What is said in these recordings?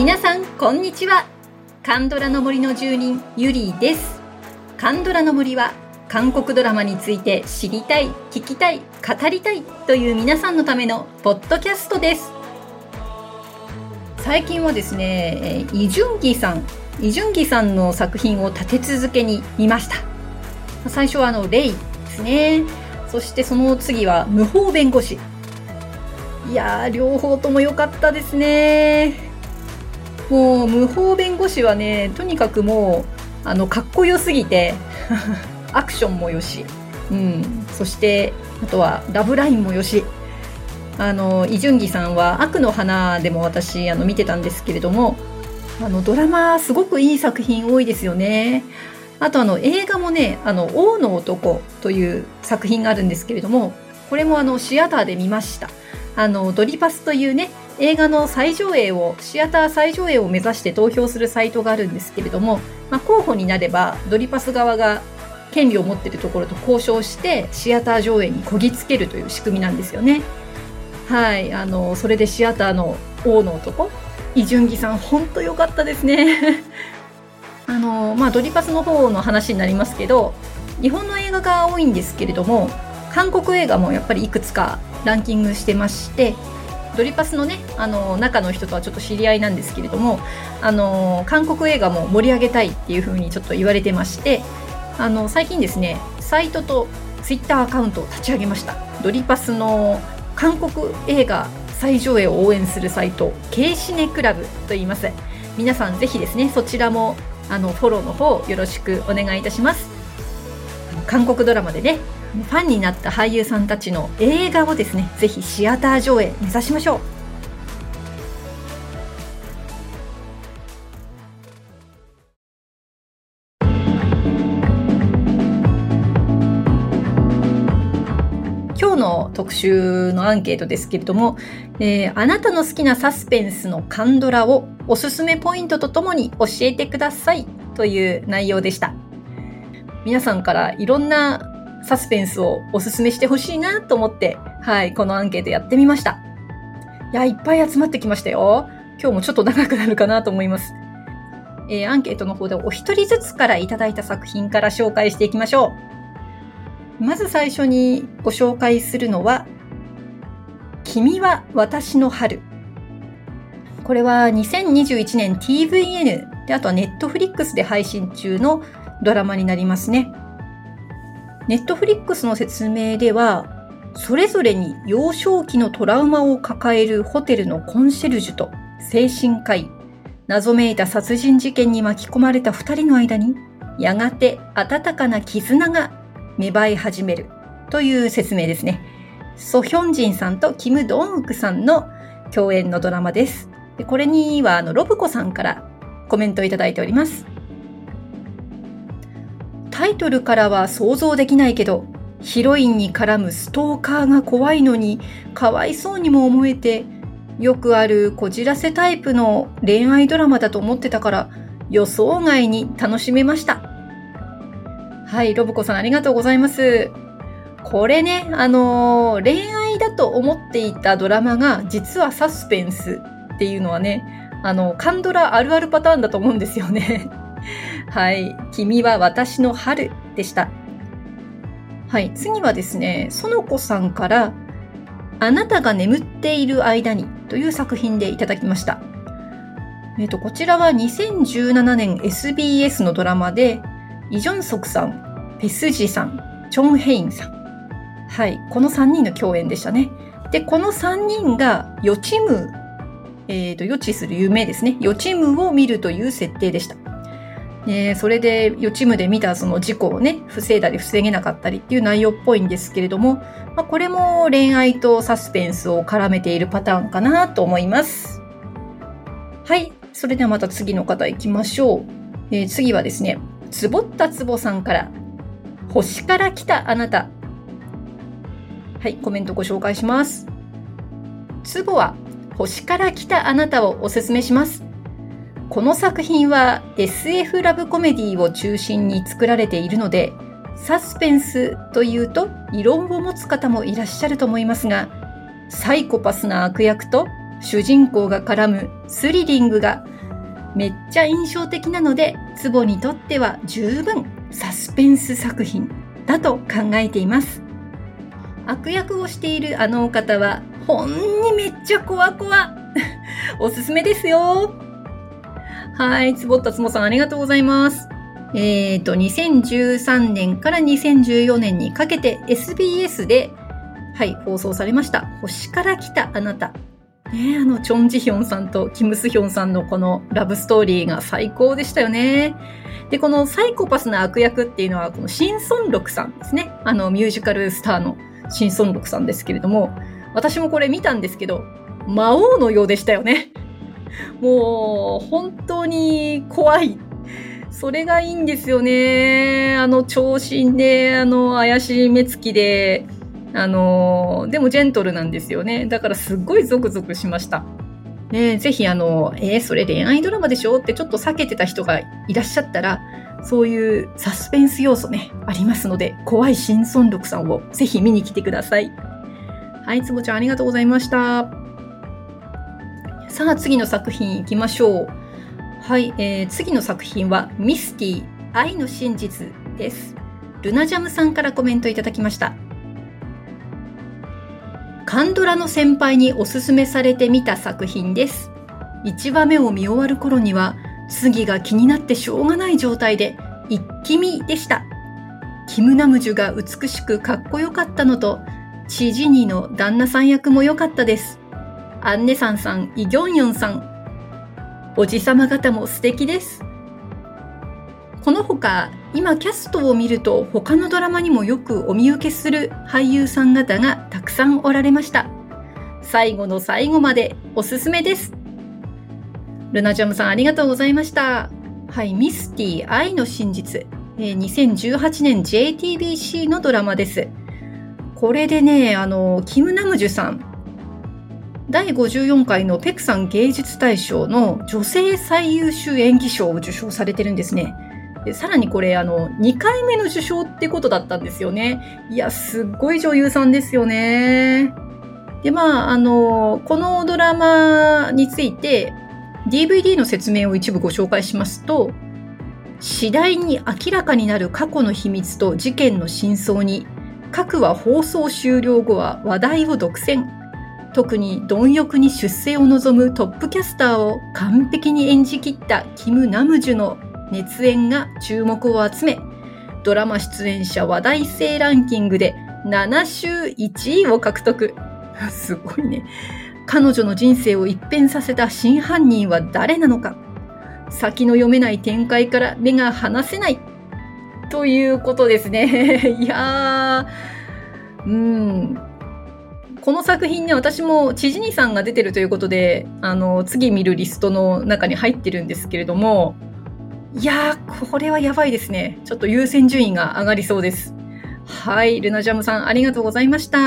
皆さんこんにちは。カンドラの森の住人ゆりです。カンドラの森は韓国ドラマについて知りたい、聞きたい、語りたいという皆さんのためのポッドキャストです。最近はですね、イ・ジュンギさんの作品を立て続けに見ました。最初はレイですね。そしてその次は無法弁護士。いやー、両方とも良かったですね。もう無法弁護士はね、とにかくもうかっこよすぎてアクションもよし、そしてあとはラブラインもよし、イ・ジュンギさんは悪の花でも私見てたんですけれども、ドラマすごくいい作品多いですよね。あと映画もね、王の男という作品があるんですけれども、これもシアターで見ました。ドリパスというね、映画のシアター再上映を目指して投票するサイトがあるんですけれども、候補になればドリパス側が権利を持っているところと交渉してシアター上映にこぎつけるという仕組みなんですよね。はい、それでシアターの王の男、イ・ジュンギさん本当良かったですねドリパスの方の話になりますけど、日本の映画が多いんですけれども、韓国映画もやっぱりいくつかランキングしてまして、ドリパスのね、中の人とはちょっと知り合いなんですけれども、韓国映画も盛り上げたいっていう風にちょっと言われてまして、最近ですね、サイトとツイッターアカウントを立ち上げました。ドリパスの韓国映画再上映を応援するサイト、Kシネクラブと言います。皆さんぜひですね、そちらもフォローの方よろしくお願いいたします。韓国ドラマでね、ファンになった俳優さんたちの映画をですね、ぜひシアター上映目指しましょう。今日の特集のアンケートですけれども、あなたの好きなサスペンスのカンドラをおすすめポイントとともに教えてくださいという内容でした。皆さんからいろんなサスペンスをおすすめしてほしいなと思って、このアンケートやってみました。いや、いっぱい集まってきましたよ。今日もちょっと長くなるかなと思います。アンケートの方でお一人ずつからいただいた作品から紹介していきましょう。まず最初にご紹介するのは、君は私の春。これは2021年 TVN で、あとは Netflix で配信中のドラマになりますね。Netflix の説明では、それぞれに幼少期のトラウマを抱えるホテルのコンシェルジュと精神科医、謎めいた殺人事件に巻き込まれた2人の間に、やがて温かな絆が芽生え始めるという説明ですね。ソ・ヒョンジンさんとキム・ドンウクさんの共演のドラマです。でこれにはロブコさんからコメントをいただいております。タイトルからは想像できないけど、ヒロインに絡むストーカーが怖いのにかわいそうにも思えて、よくあるこじらせタイプの恋愛ドラマだと思ってたから予想外に楽しめました。はい、ロブコさんありがとうございます。これね、恋愛だと思っていたドラマが実はサスペンスっていうのはね、カンドラあるあるパターンだと思うんですよね。はい、君は私の春でした。はい、次はですね、園子さんからあなたが眠っている間にという作品でいただきました。こちらは2017年 SBS のドラマで、イ・ジョンソクさん、ペスジさん、チョンヘインさん。はい、この3人の共演でしたね。で、この3人が予知夢、予知する夢ですね。予知夢を見るという設定でした。それで予知夢で見たその事故をね、防いだり防げなかったりっていう内容っぽいんですけれども、これも恋愛とサスペンスを絡めているパターンかなと思います。はい、それではまた次の方行きましょう。次はですね、つぼったつぼさんから、星から来たあなた。はい、コメントご紹介します。つぼは星から来たあなたをおすすめします。この作品は SF ラブコメディを中心に作られているので、サスペンスというと異論を持つ方もいらっしゃると思いますが、サイコパスな悪役と主人公が絡むスリリングがめっちゃ印象的なので、ツボにとっては十分サスペンス作品だと考えています。悪役をしているあのお方はほんにめっちゃ怖おすすめですよ。はい、つぼったつもさんありがとうございます。2013年から2014年にかけて SBS で、はい、放送されました星から来たあなた。チョンジヒョンさんとキムスヒョンさんのこのラブストーリーが最高でしたよね。で、このサイコパスな悪役っていうのはこのシン・ソンロクさんですね。ミュージカルスターのシン・ソンロクさんですけれども、私もこれ見たんですけど、魔王のようでしたよね。もう本当に怖い。それがいいんですよね。長身で、怪しい目つきで、でもジェントルなんですよね。だからすっごいゾクゾクしました。ね、ぜひそれ恋愛ドラマでしょってちょっと避けてた人がいらっしゃったら、そういうサスペンス要素ね、ありますので、怖いシン・ソンロクさんをぜひ見に来てください。はい、つぼちゃんありがとうございました。さあ、次の作品行きましょう。はい、次の作品はミスティ愛の真実です。ルナジャムさんからコメントいただきました。カンドラの先輩におすすめされてみた作品です。1話目を見終わる頃には次が気になってしょうがない状態で一気見でした。キム・ナムジュが美しくかっこよかったのと、チジニの旦那さん役も良かったです。アンネサンさん、イギョンヨンさん、おじさま方も素敵です。このほか、今キャストを見ると他のドラマにもよくお見受けする俳優さん方がたくさんおられました。最後の最後までおすすめです。ルナジャムさんありがとうございました。はい、ミスティ愛の真実、2018年 JTBC のドラマです。これでね、キム・ナムジュさん、第54回のペクサン芸術大賞の女性最優秀演技賞を受賞されてるんですね。でさらにこれ2回目の受賞ってことだったんですよね。いや、すっごい女優さんですよね。で、このドラマについて DVD の説明を一部ご紹介しますと、次第に明らかになる過去の秘密と事件の真相に、各話放送終了後は話題を独占。特に貪欲に出世を望むトップキャスターを完璧に演じきったキム・ナムジュの熱演が注目を集め、ドラマ出演者話題性ランキングで7週1位を獲得。すごいね。彼女の人生を一変させた真犯人は誰なのか。先の読めない展開から目が離せない。ということですね。いやー、この作品ね、私もチジニさんが出てるということで、次見るリストの中に入ってるんですけれども、いやー、これはやばいですね。ちょっと優先順位が上がりそうです。はい、ルナジャムさんありがとうございました。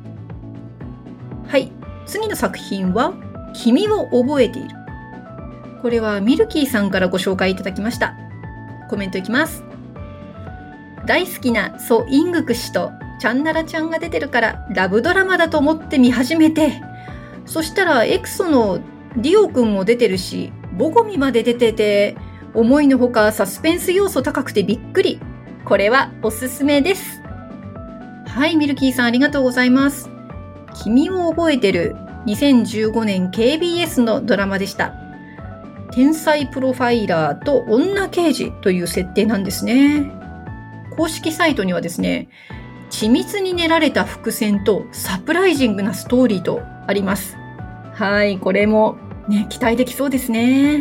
はい、次の作品は君を覚えている。これはミルキーさんからご紹介いただきました。コメントいきます。大好きなソ・イングク氏とチャンナラちゃんが出てるからラブドラマだと思って見始めて、そしたらエクソのディオくんも出てるし、ボゴミまで出てて、思いのほかサスペンス要素高くてびっくり。これはおすすめです。はい、ミルキーさんありがとうございます。君を覚えてる2015年 KBS のドラマでした。天才プロファイラーと女刑事という設定なんですね。公式サイトにはですね、緻密に練られた伏線とサプライジングなストーリーとあります。はい、これもね、期待できそうですね。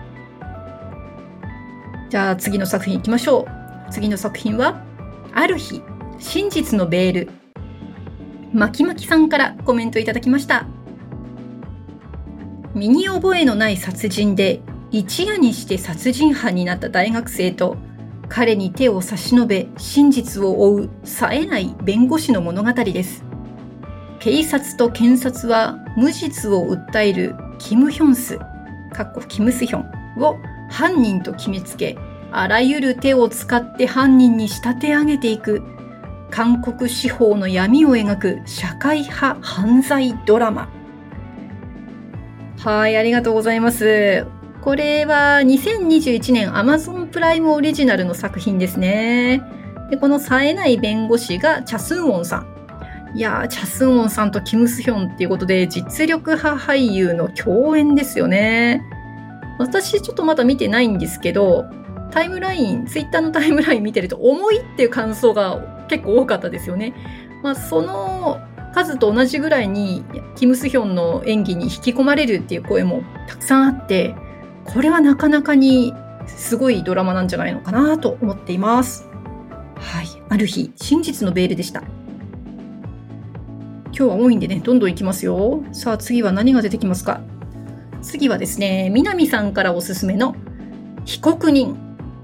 じゃあ次の作品行きましょう。次の作品は、ある日、真実のベール。まきまきさんからコメントいただきました。身に覚えのない殺人で一夜にして殺人犯になった大学生と、彼に手を差し伸べ真実を追う冴えない弁護士の物語です。警察と検察は無実を訴えるキム・ヒョンスキムスヒョンを犯人と決めつけ、あらゆる手を使って犯人に仕立て上げていく韓国司法の闇を描く社会派犯罪ドラマ。はい、ありがとうございます。 これは2021年 Amazon プライムオリジナルの作品ですね。で、この冴えない弁護士がチャスンウォンさん。いやー、チャスンウォンさんとキムスヒョンっていうことで実力派俳優の共演ですよね。私ちょっとまだ見てないんですけど、ツイッターのタイムライン見てると重いっていう感想が結構多かったですよね。その数と同じぐらいにキムスヒョンの演技に引き込まれるっていう声もたくさんあって、これはなかなかにすごいドラマなんじゃないのかなと思っています。はい、ある日、真実のベールでした。今日は多いんでね、どんどんいきますよ。さあ次は何が出てきますか。次はですね、南さんからおすすめの被告人。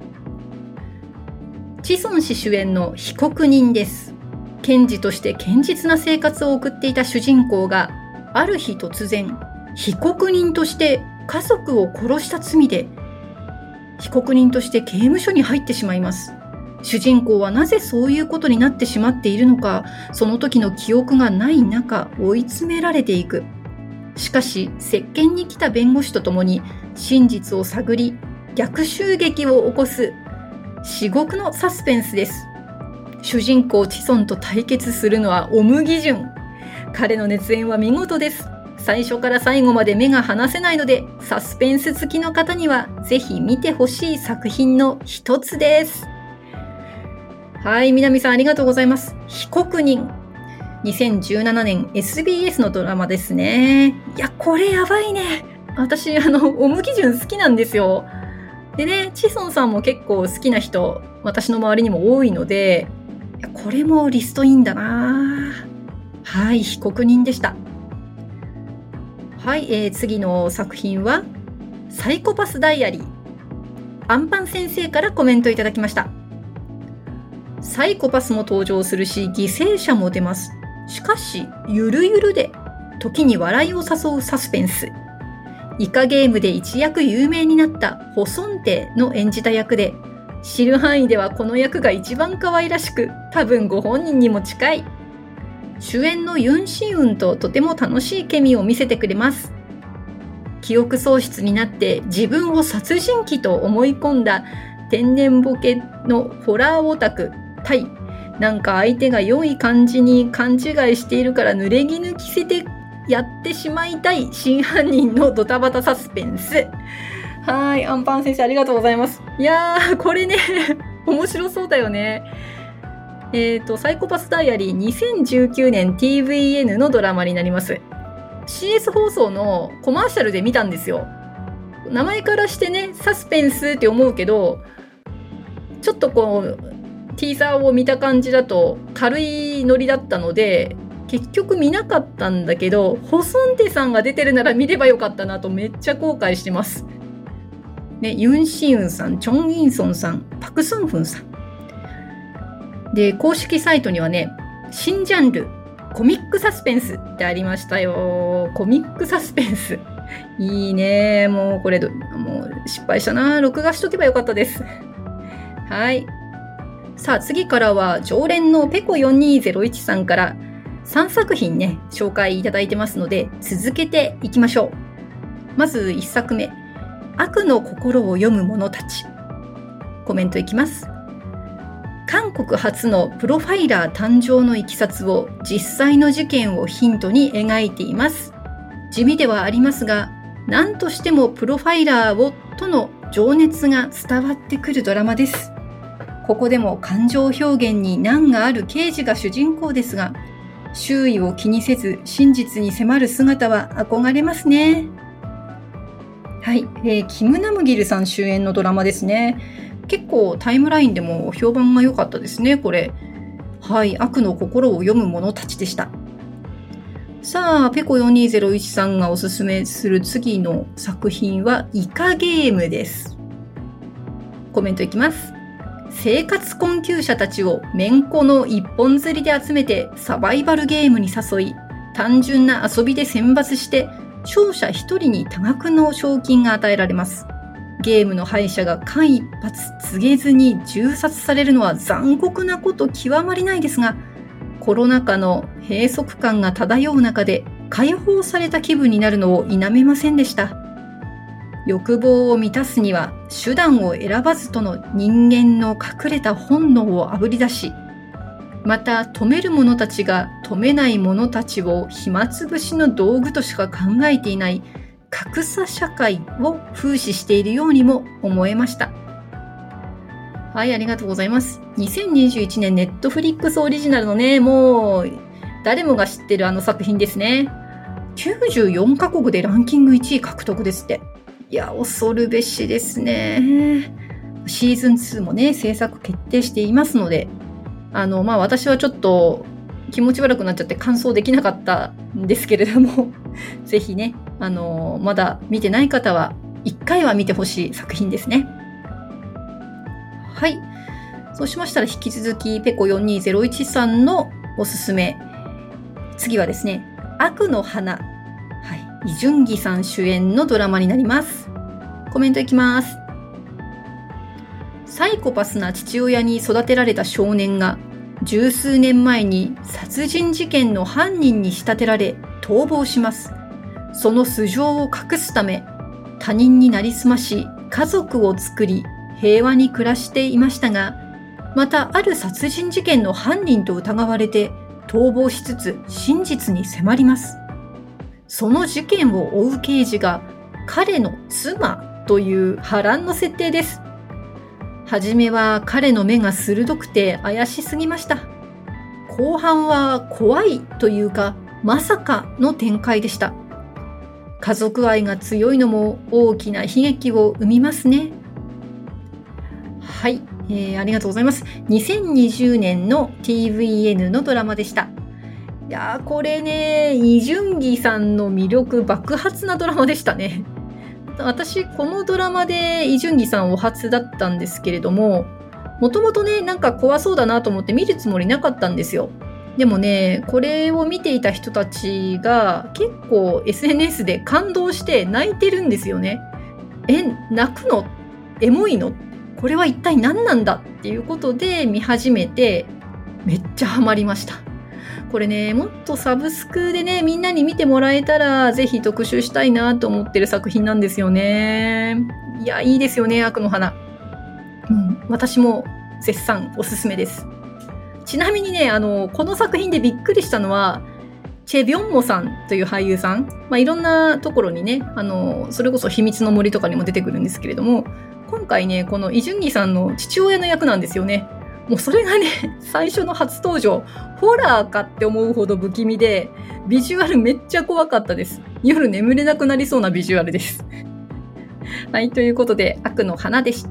チソン氏主演の被告人です。検事として堅実な生活を送っていた主人公が、ある日突然、被告人として家族を殺した罪で、被告人として刑務所に入ってしまいます。主人公はなぜそういうことになってしまっているのか、その時の記憶がない中、追い詰められていく。しかし、接見に来た弁護士と共に真実を探り、逆襲撃を起こす至極のサスペンスです。主人公チソンと対決するのはオム・ギジュン。彼の熱演は見事です。最初から最後まで目が離せないので、サスペンス好きの方にはぜひ見てほしい作品の一つです。はい、南さんありがとうございます。被告人。2017年 SBS のドラマですね。いや、これやばいね。私、オム・ギジュン好きなんですよ。でね、チソンさんも結構好きな人、私の周りにも多いので、いやこれもリストインだな。はい、被告人でした。はい、次の作品はサイコパスダイアリー。アンパン先生からコメントいただきました。サイコパスも登場するし、犠牲者も出ます。しかし、ゆるゆるで、時に笑いを誘うサスペンス。イカゲームで一躍有名になったホソンテの演じた役で、知る範囲ではこの役が一番可愛らしく、多分ご本人にも近い。主演のユン・シウンととても楽しいケミを見せてくれます。記憶喪失になって自分を殺人鬼と思い込んだ天然ボケのホラーオタク、タイ。なんか相手が良い感じに勘違いしているから濡れ衣着せてやってしまいたい真犯人のドタバタサスペンス。はい、アンパン先生ありがとうございます。いやー、これね、面白そうだよね。サイコパスダイアリー2019年 TVN のドラマになります。CS 放送のコマーシャルで見たんですよ。名前からしてね、サスペンスって思うけど、ちょっとこう、ティーザーを見た感じだと軽いノリだったので、結局見なかったんだけど、ホソンテさんが出てるなら見ればよかったなとめっちゃ後悔してます。ね、ユン・シウンさん、チョン・インソンさん、パク・ソンフンさん。で、公式サイトにはね、新ジャンル、コミックサスペンスってありましたよ。コミックサスペンス。いいね。もうこれ、もう失敗したな。録画しとけばよかったです。はい。さあ、次からは常連のペコ4201さんから3作品ね、紹介いただいてますので、続けていきましょう。まず1作目。悪の心を読む者たち。コメントいきます。韓国初のプロファイラー誕生のいきさつを実際の事件をヒントに描いています。地味ではありますが、何としてもプロファイラーをとの情熱が伝わってくるドラマです。ここでも感情表現に難がある刑事が主人公ですが、周囲を気にせず真実に迫る姿は憧れますね。はい、キム・ナムギルさん主演のドラマですね。結構タイムラインでも評判が良かったですね、これ。はい、悪の心を読む者たちでした。さあ、ペコ4201さんがおすすめする次の作品はイカゲームです。コメントいきます。生活困窮者たちをめんこの一本釣りで集めてサバイバルゲームに誘い、単純な遊びで選抜して勝者一人に多額の賞金が与えられます。ゲームの敗者が間一髪告げずに銃殺されるのは残酷なこと極まりないですが、コロナ禍の閉塞感が漂う中で解放された気分になるのを否めませんでした。 欲望を満たすには手段を選ばずとの人間の隠れた本能をあぶり出し、また止める者たちが止めない者たちを暇つぶしの道具としか考えていない格差社会を風刺しているようにも思えました。はい、ありがとうございます。2021年ネットフリックスオリジナルのね、もう誰もが知ってるあの作品ですね。94カ国でランキング1位獲得ですって。いや、恐るべしですね。シーズン2もね、制作決定していますので、私はちょっと気持ち悪くなっちゃって完走できなかったんですけれども、ぜひね、まだ見てない方は1回は見てほしい作品ですね。はい。そうしましたら引き続きペコ4201さんのおすすめ。次はですね、悪の花。はい。イ・ジュンギさん主演のドラマになります。コメントいきます。サイコパスな父親に育てられた少年が十数年前に殺人事件の犯人に仕立てられ逃亡します。その素性を隠すため他人になりすまし家族を作り平和に暮らしていましたが、またある殺人事件の犯人と疑われて逃亡しつつ真実に迫ります。その事件を追う刑事が彼の妻という波乱の設定です。はじめは彼の目が鋭くて怪しすぎました。後半は怖いというかまさかの展開でした。家族愛が強いのも大きな悲劇を生みますね。はい、ありがとうございます。2020年の TVN のドラマでした。いやー、これね、イ・ジュンギさんの魅力爆発なドラマでしたね。私、このドラマでイ・ジュンギさんお初だったんですけれども、もともとね、なんか怖そうだなと思って見るつもりなかったんですよ。でもね、これを見ていた人たちが結構 SNS で感動して泣いてるんですよね。泣くの？エモいの？これは一体何なんだっていうことで見始めて、めっちゃハマりました。これね、もっとサブスクでね、みんなに見てもらえたら、ぜひ特集したいなと思ってる作品なんですよね。いや、いいですよね、悪の花。私も絶賛おすすめです。ちなみにね、この作品でびっくりしたのは、チェ・ビョンモさんという俳優さん、いろんなところにね、それこそ秘密の森とかにも出てくるんですけれども、今回ね、このイ・ジュンギさんの父親の役なんですよね。もうそれがね、最初の初登場、ホラーかって思うほど不気味で、ビジュアルめっちゃ怖かったです。夜眠れなくなりそうなビジュアルです。はい、ということで、悪の花でした。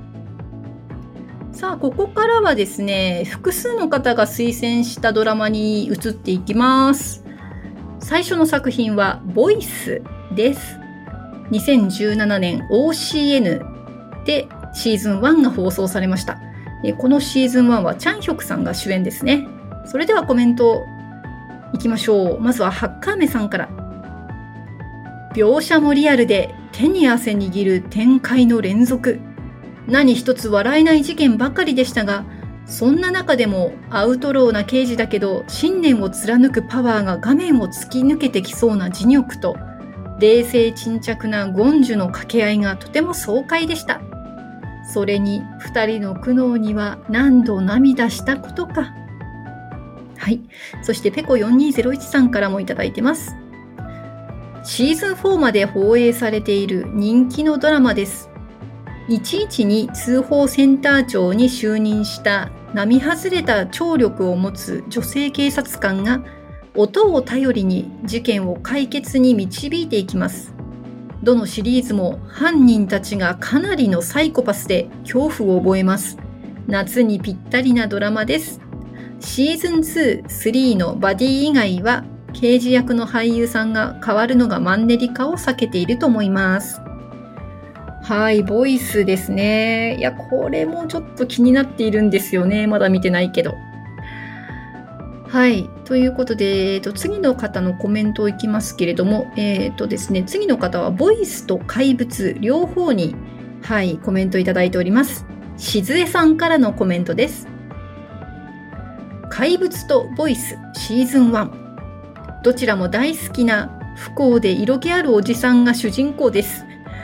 さあ、ここからはですね、複数の方が推薦したドラマに移っていきます。最初の作品は、ボイスです。2017年 OCN でシーズン1が放送されました。このシーズン1はチャンヒョクさんが主演ですね。それではコメントいきましょう。まずはハッカーメさんから。描写もリアルで手に汗握る展開の連続。何一つ笑えない事件ばかりでしたが、そんな中でもアウトローな刑事だけど信念を貫くパワーが画面を突き抜けてきそうな磁力と、冷静沈着なゴンジュの掛け合いがとても爽快でした。それに二人の苦悩には何度涙したことか。はい。そしてペコ4201さんからもいただいてます。シーズン4まで放映されている人気のドラマです。112通報センター長に就任した並外れた聴力を持つ女性警察官が音を頼りに事件を解決に導いていきます。どのシリーズも犯人たちがかなりのサイコパスで恐怖を覚えます。夏にぴったりなドラマです。シーズン2、3のバディ以外は刑事役の俳優さんが変わるのがマンネリ化を避けていると思います。はい、ボイスですね。いや、これもちょっと気になっているんですよね。まだ見てないけど。はい。ということで、次の方のコメントをいきますけれども、ですね、次の方はボイスと怪物両方に、はい、コメントいただいております。しずえさんからのコメントです。怪物とボイスシーズン1。どちらも大好きな不幸で色気あるおじさんが主人公です。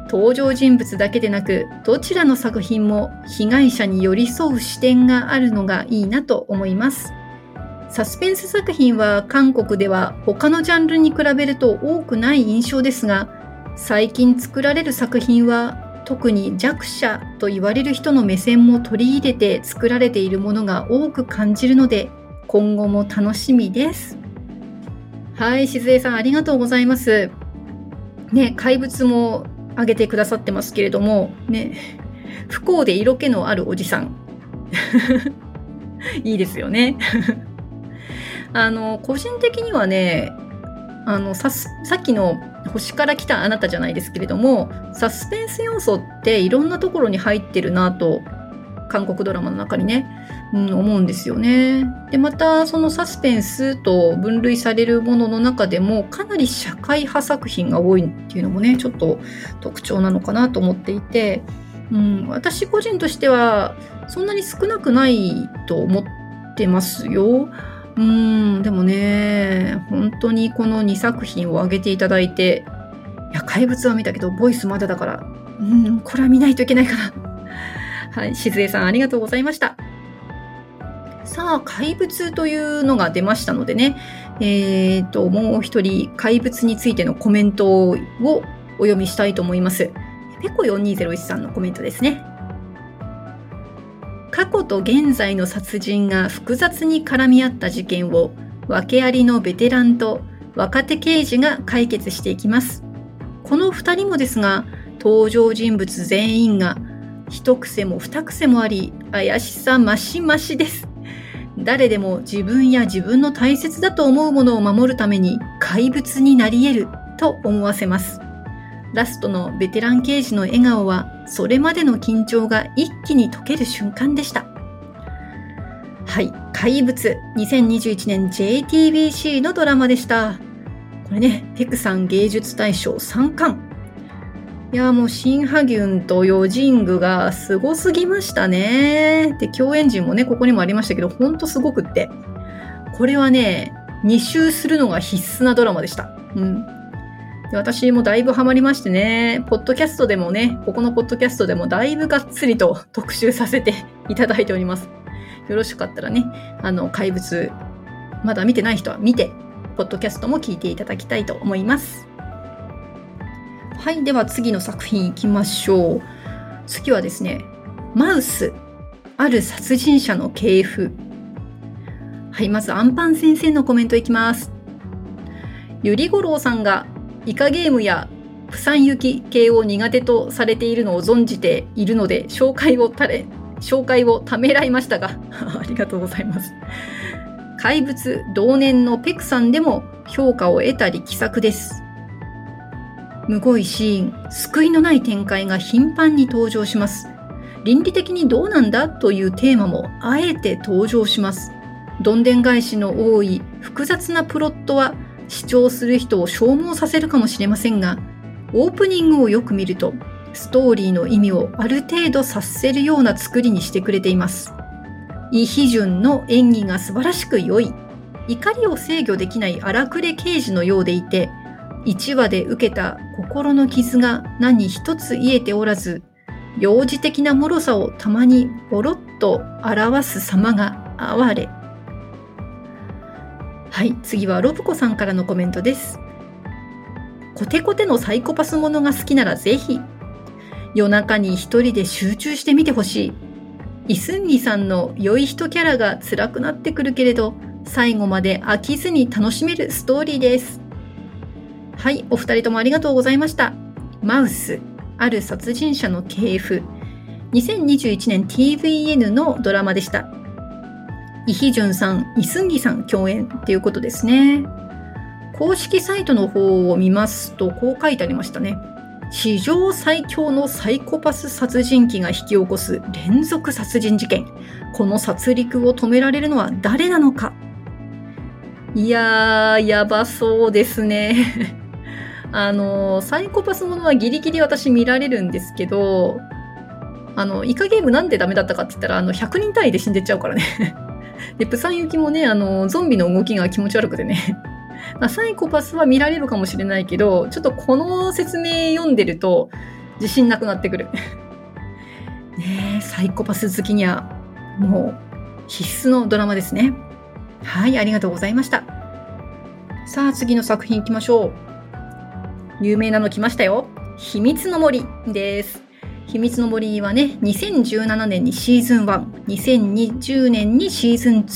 登場人物だけでなく、どちらの作品も被害者に寄り添う視点があるのがいいなと思います。サスペンス作品は韓国では他のジャンルに比べると多くない印象ですが、最近作られる作品は特に弱者と言われる人の目線も取り入れて作られているものが多く感じるので、今後も楽しみです。はい、静江さんありがとうございます。ね、怪物も挙げてくださってますけれども、ね、不幸で色気のあるおじさん。いいですよね。個人的にはね、さっきの星から来たあなたじゃないですけれども、サスペンス要素っていろんなところに入ってるなと、韓国ドラマの中にね、思うんですよね。で、またそのサスペンスと分類されるものの中でもかなり社会派作品が多いっていうのもね、ちょっと特徴なのかなと思っていて、私個人としてはそんなに少なくないと思ってますよ。でもね、本当にこの2作品を挙げていただいて、いや、怪物は見たけどボイスまだだから、これは見ないといけないかな。はい、静江さんありがとうございました。さあ、怪物というのが出ましたのでね、もう一人怪物についてのコメントをお読みしたいと思います。ペコ4201さんのコメントですね。過去と現在の殺人が複雑に絡み合った事件を訳ありのベテランと若手刑事が解決していきます。この2人もですが、登場人物全員が一癖も二癖もあり、怪しさマシマシです。誰でも自分や自分の大切だと思うものを守るために怪物になり得ると思わせます。ラストのベテラン刑事の笑顔は、それまでの緊張が一気に解ける瞬間でした。はい、怪物、2021年 JTBC のドラマでした。これね、ペクさん芸術大賞3冠。いや、もうシン・ハギュンとヨジングがすごすぎましたね。で、共演陣もね、ここにもありましたけど、ほんとすごくって。これはね、2周するのが必須なドラマでした。で、私もだいぶハマりましてね、ポッドキャストでもね、ここのポッドキャストでもだいぶがっつりと特集させていただいております。よろしかったらね、怪物、まだ見てない人は見て、ポッドキャストも聞いていただきたいと思います。はい、では次の作品いきましょう。次はですね、マウス、ある殺人者の系譜。はい、まずアンパン先生のコメントいきます。ゆりごろうさんがイカゲームやプサンユキ系を苦手とされているのを存じているので紹介をためらいましたがありがとうございます。怪物同年のペクさんでも評価を得た力作です。むごいシーン、救いのない展開が頻繁に登場します。倫理的にどうなんだというテーマもあえて登場します。どんでん返しの多い複雑なプロットは視聴する人を消耗させるかもしれませんが、オープニングをよく見るとストーリーの意味をある程度察せるような作りにしてくれています。イ・ヒジュンの演技が素晴らしく良い。怒りを制御できない荒くれ刑事のようでいて、1話で受けた心の傷が何一つ癒えておらず、幼児的な脆さをたまにボロッと表す様が哀れ。はい、次はロブコさんからのコメントです。コテコテのサイコパスものが好きならぜひ。夜中に一人で集中して見てほしい。イスンギさんの良い人キャラが辛くなってくるけれど、最後まで飽きずに楽しめるストーリーです。はい、お二人ともありがとうございました。マウス、ある殺人者の系譜。2021年 TVN のドラマでした。イ・ヒジュンさん、イ・スンギさん共演っていうことですね。公式サイトの方を見ますと、こう書いてありましたね。史上最強のサイコパス殺人鬼が引き起こす連続殺人事件。この殺戮を止められるのは誰なのか。いやー、やばそうですね。サイコパスものはギリギリ私見られるんですけど、イカゲームなんでダメだったかって言ったら、100人単位で死んでっちゃうからね。で、プサンユキもね、ゾンビの動きが気持ち悪くてね。サイコパスは見られるかもしれないけど、ちょっとこの説明読んでると、 自信なくなってくる。ねえ、サイコパス好きにはもう必須のドラマですね。はい、ありがとうございました。さあ、次の作品行きましょう。有名なの来ましたよ。秘密の森です。秘密の森はね、2017年にシーズン1、2020年にシーズン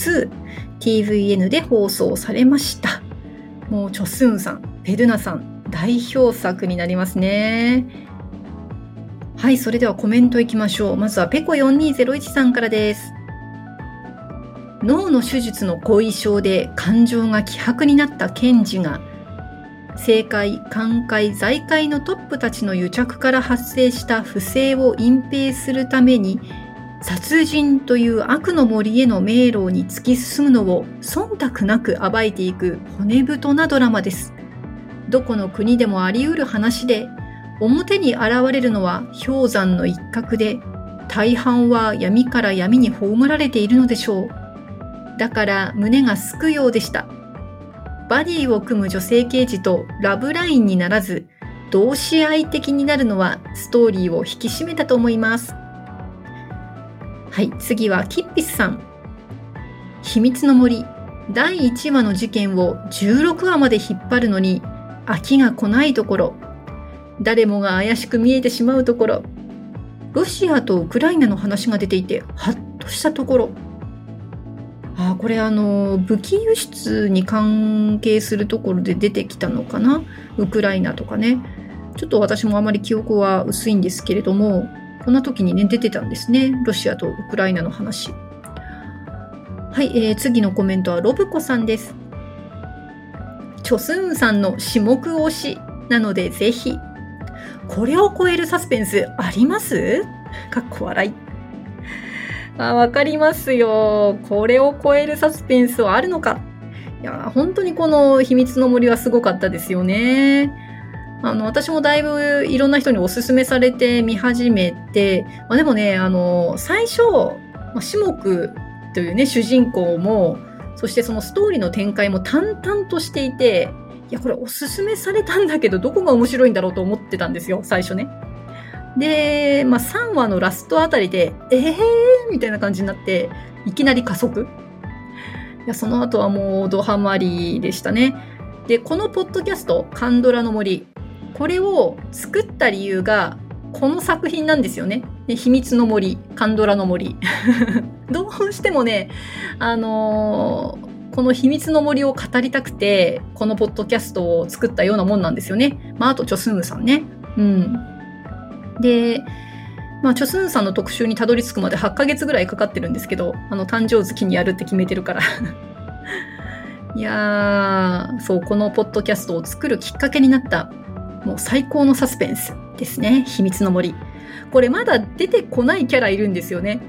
2、TVN で放送されました。もうチョスンさん、ペルナさん、代表作になりますね。はい、それではコメントいきましょう。まずはペコ4201さんからです。脳の手術の後遺症で感情が希薄になった検事が、政界、官界、財界のトップたちの癒着から発生した不正を隠蔽するために、殺人という悪の森への迷路に突き進むのを忖度なく暴いていく骨太なドラマです。どこの国でもあり得る話で、表に現れるのは氷山の一角で、大半は闇から闇に葬られているのでしょう。だから胸がすくようでした。バディを組む女性刑事とラブラインにならず、同志愛的になるのはストーリーを引き締めたと思います。はい、次はキッピスさん。秘密の森、第1話の事件を16話まで引っ張るのに飽きが来ないところ、誰もが怪しく見えてしまうところ、ロシアとウクライナの話が出ていてハッとしたところ、これ武器輸出に関係するところで出てきたのかな、ウクライナとかね。ちょっと私もあまり記憶は薄いんですけれども、こんな時にね出てたんですね、ロシアとウクライナの話。はい、次のコメントはロブコさんです。チョスンさんの種目推しなのでぜひ。これを超えるサスペンスあります？かっこ笑い。わかりますよ。これを超えるサスペンスはあるのか。いや、本当にこの秘密の森はすごかったですよね。私もだいぶいろんな人におすすめされて見始めて、でもね、最初、種目というね、主人公も、そしてそのストーリーの展開も淡々としていて、いや、これおすすめされたんだけど、どこが面白いんだろうと思ってたんですよ、最初ね。で、3話のラストあたりで、みたいな感じになって、いきなり加速。いや、その後はもうドハマりでしたね。で、このポッドキャスト、カンドラの森、これを作った理由が、この作品なんですよね。で、秘密の森、カンドラの森。どうしてもね、この秘密の森を語りたくて、このポッドキャストを作ったようなもんなんですよね。あと、チョスンムさんね。で、チョスンさんの特集にたどり着くまで8ヶ月ぐらいかかってるんですけど、誕生月にやるって決めてるから。いやー、そう、このポッドキャストを作るきっかけになった、もう最高のサスペンスですね。秘密の森。これまだ出てこないキャラいるんですよね。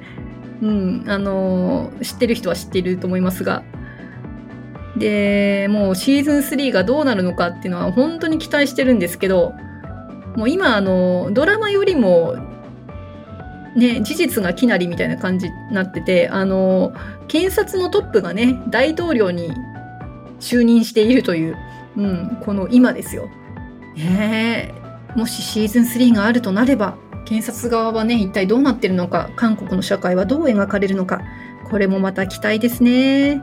知ってる人は知っていると思いますが。で、もうシーズン3がどうなるのかっていうのは本当に期待してるんですけど、もう今ドラマよりもね、事実がきなりみたいな感じになってて、検察のトップがね、大統領に就任しているという、この今ですよ。もしシーズン3があるとなれば、検察側はね、一体どうなってるのか、韓国の社会はどう描かれるのか、これもまた期待ですね。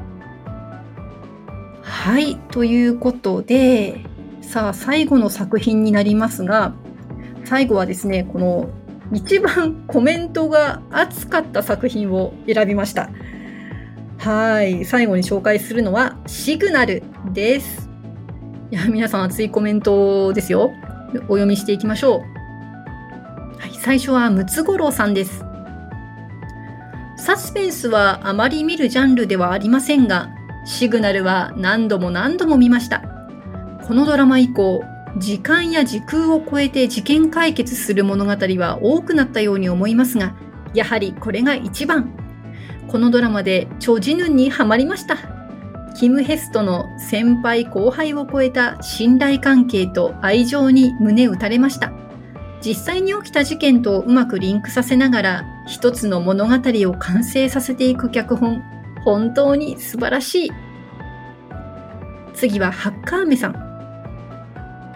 はい、ということで、さあ最後の作品になりますが、最後はですね、この一番コメントが熱かった作品を選びました。はい、最後に紹介するのはシグナルです。いや、皆さん熱いコメントですよ。お読みしていきましょう。はい、最初はムツゴロウさんです。サスペンスはあまり見るジャンルではありませんが、シグナルは何度も何度も見ました。このドラマ以降、時間や時空を超えて事件解決する物語は多くなったように思いますが、やはりこれが一番。このドラマでチョ・ジヌンにハマりました。キム・ヘストの先輩後輩を超えた信頼関係と愛情に胸打たれました。実際に起きた事件とうまくリンクさせながら、一つの物語を完成させていく脚本、本当に素晴らしい。次はハッカーメさん。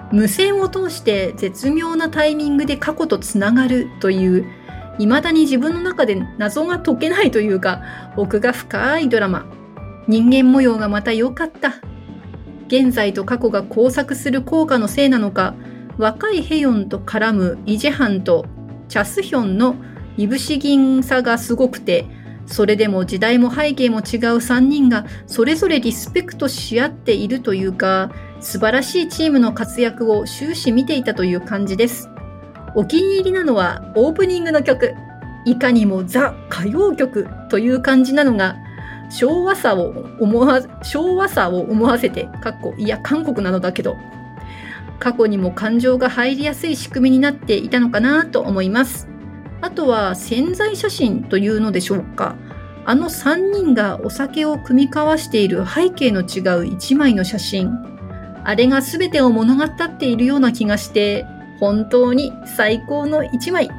無線を通して絶妙なタイミングで過去とつながるという、未だに自分の中で謎が解けないというか、奥が深いドラマ。人間模様がまた良かった。現在と過去が交錯する効果のせいなのか、若いヘヨンと絡むイジェハンとチャスヒョンのいぶし銀さがすごくて、それでも時代も背景も違う3人がそれぞれリスペクトし合っているというか、素晴らしいチームの活躍を終始見ていたという感じです。お気に入りなのはオープニングの曲。いかにもザ歌謡曲という感じなのが、昭和さを思わせて、いや韓国なのだけど、過去にも感情が入りやすい仕組みになっていたのかなと思います。あとは宣材写真というのでしょうか。あの3人がお酒を酌み交わしている背景の違う1枚の写真。あれが全てを物語っているような気がして、本当に最高の1枚。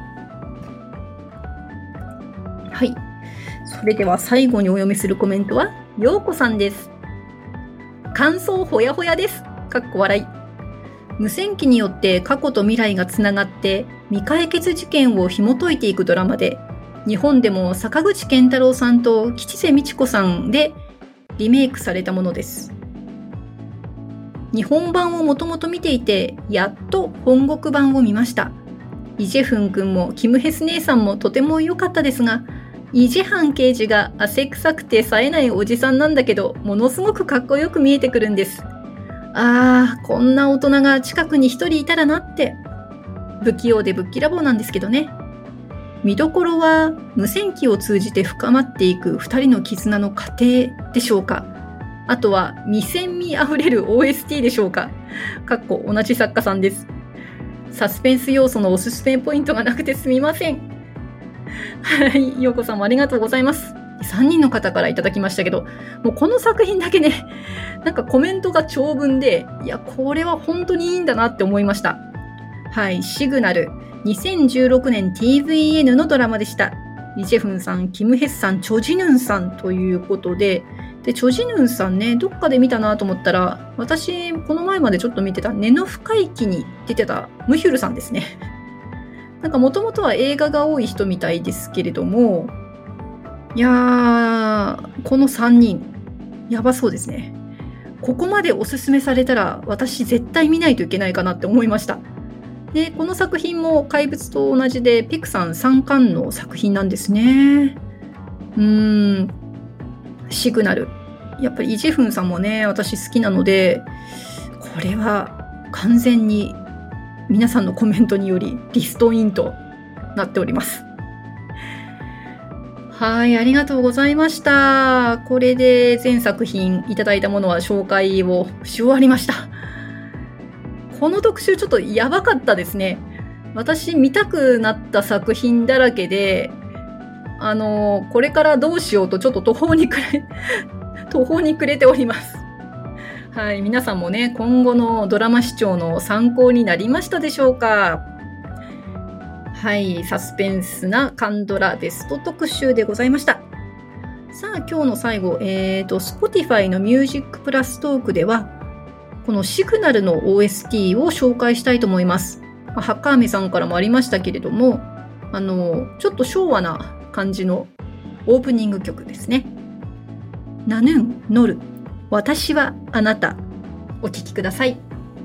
はい。それでは最後にお読みするコメントは、ようこさんです。感想ほやほやです。笑い。無線機によって過去と未来がつながって未解決事件を紐解いていくドラマで、日本でも坂口健太郎さんと吉瀬美智子さんでリメイクされたものです。日本版をもともと見ていて、やっと本国版を見ました。イジェフン君もキムヘス姉さんもとても良かったですが、イジェハン刑事が汗臭くて冴えないおじさんなんだけど、ものすごくかっこよく見えてくるんです。こんな大人が近くに一人いたらなって。不器用でぶっきらぼうなんですけどね。見どころは無線機を通じて深まっていく二人の絆の過程でしょうか。あとは未線味あふれる OST でしょうか。同じ作家さんです。サスペンス要素のおすすめポイントがなくてすみません。はい、ようこさんもありがとうございます。3人の方からいただきましたけど、もうこの作品だけね、コメントが長文で、いや、これは本当にいいんだなって思いました。はい、シグナル、2016年 TVN のドラマでした。イジェフンさん、キムヘスさん、チョジヌンさんということで、チョジヌンさんね、どっかで見たなと思ったら、私、この前までちょっと見てた根の深い木に出てたムヒュルさんですね。もともとは映画が多い人みたいですけれども、いやー、この3人、やばそうですね。ここまでおすすめされたら、私絶対見ないといけないかなって思いました。で、この作品も怪物と同じで、ペクさん3巻の作品なんですね。シグナル。やっぱりイジェフンさんもね、私好きなので、これは完全に皆さんのコメントによりリストインとなっております。はい、ありがとうございました。これで全作品いただいたものは紹介をし終わりました。この特集ちょっとやばかったですね。私見たくなった作品だらけで、これからどうしようとちょっと途方に暮れております。はい、皆さんもね、今後のドラマ視聴の参考になりましたでしょうか。はい、サスペンスなカンドラベスト特集でございました。さあ、今日の最後、Spotify のミュージックプラストークでは、このシグナルの OST を紹介したいと思います。ハッカーメさんからもありましたけれども、ちょっと昭和な感じのオープニング曲ですね。ナヌン・ノル、私はあなた。お聴きください。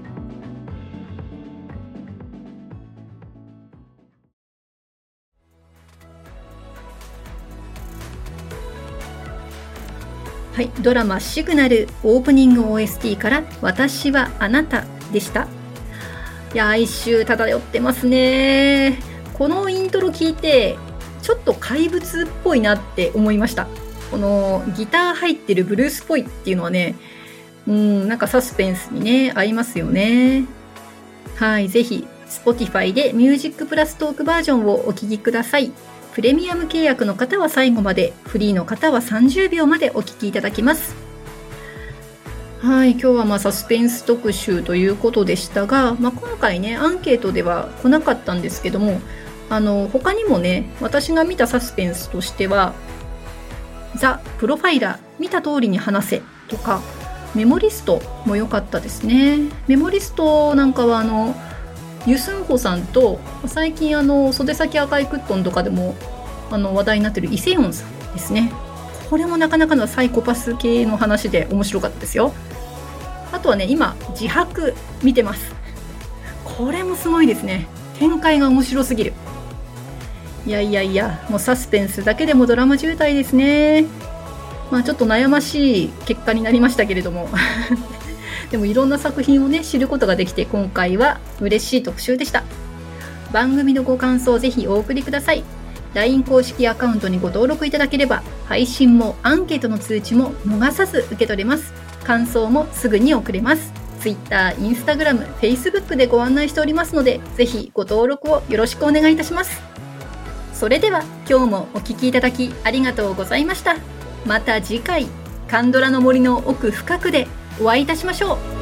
はい、ドラマシグナルオープニング OST から私はあなたでした。いや、哀愁漂ってますね。このイントロ聞いてちょっと怪物っぽいなって思いました。このギター入ってるブルースっぽいっていうのはね、サスペンスにね合いますよね。はい、ぜひ Spotify でミュージックプラストークバージョンをお聴きください。プレミアム契約の方は最後まで、フリーの方は30秒までお聞きいただきます。はい、今日はサスペンス特集ということでしたが、今回ねアンケートでは来なかったんですけども、他にもね、私が見たサスペンスとしてはザ・プロファイラー見た通りに話せとか、 メモリストも良かったですね。メモリストなんかはユスンホさんと最近袖先赤いクットンとかでも話題になってるイセヨンさんですね。これもなかなかのサイコパス系の話で面白かったですよ。あとはね、今自白見てます。これもすごいですね。展開が面白すぎる。いやもうサスペンスだけでもドラマ渋滞ですね。ちょっと悩ましい結果になりましたけれどもでもいろんな作品をね知ることができて、今回は嬉しい特集でした。番組のご感想をぜひお送りください。 LINE 公式アカウントにご登録いただければ、配信もアンケートの通知も逃さず受け取れます。感想もすぐに送れます。 Twitter、Instagram、Facebook でご案内しておりますので、ぜひご登録をよろしくお願いいたします。それでは今日もお聞きいただきありがとうございました。また次回、カンドラの森の奥深くでお会いいたしましょう。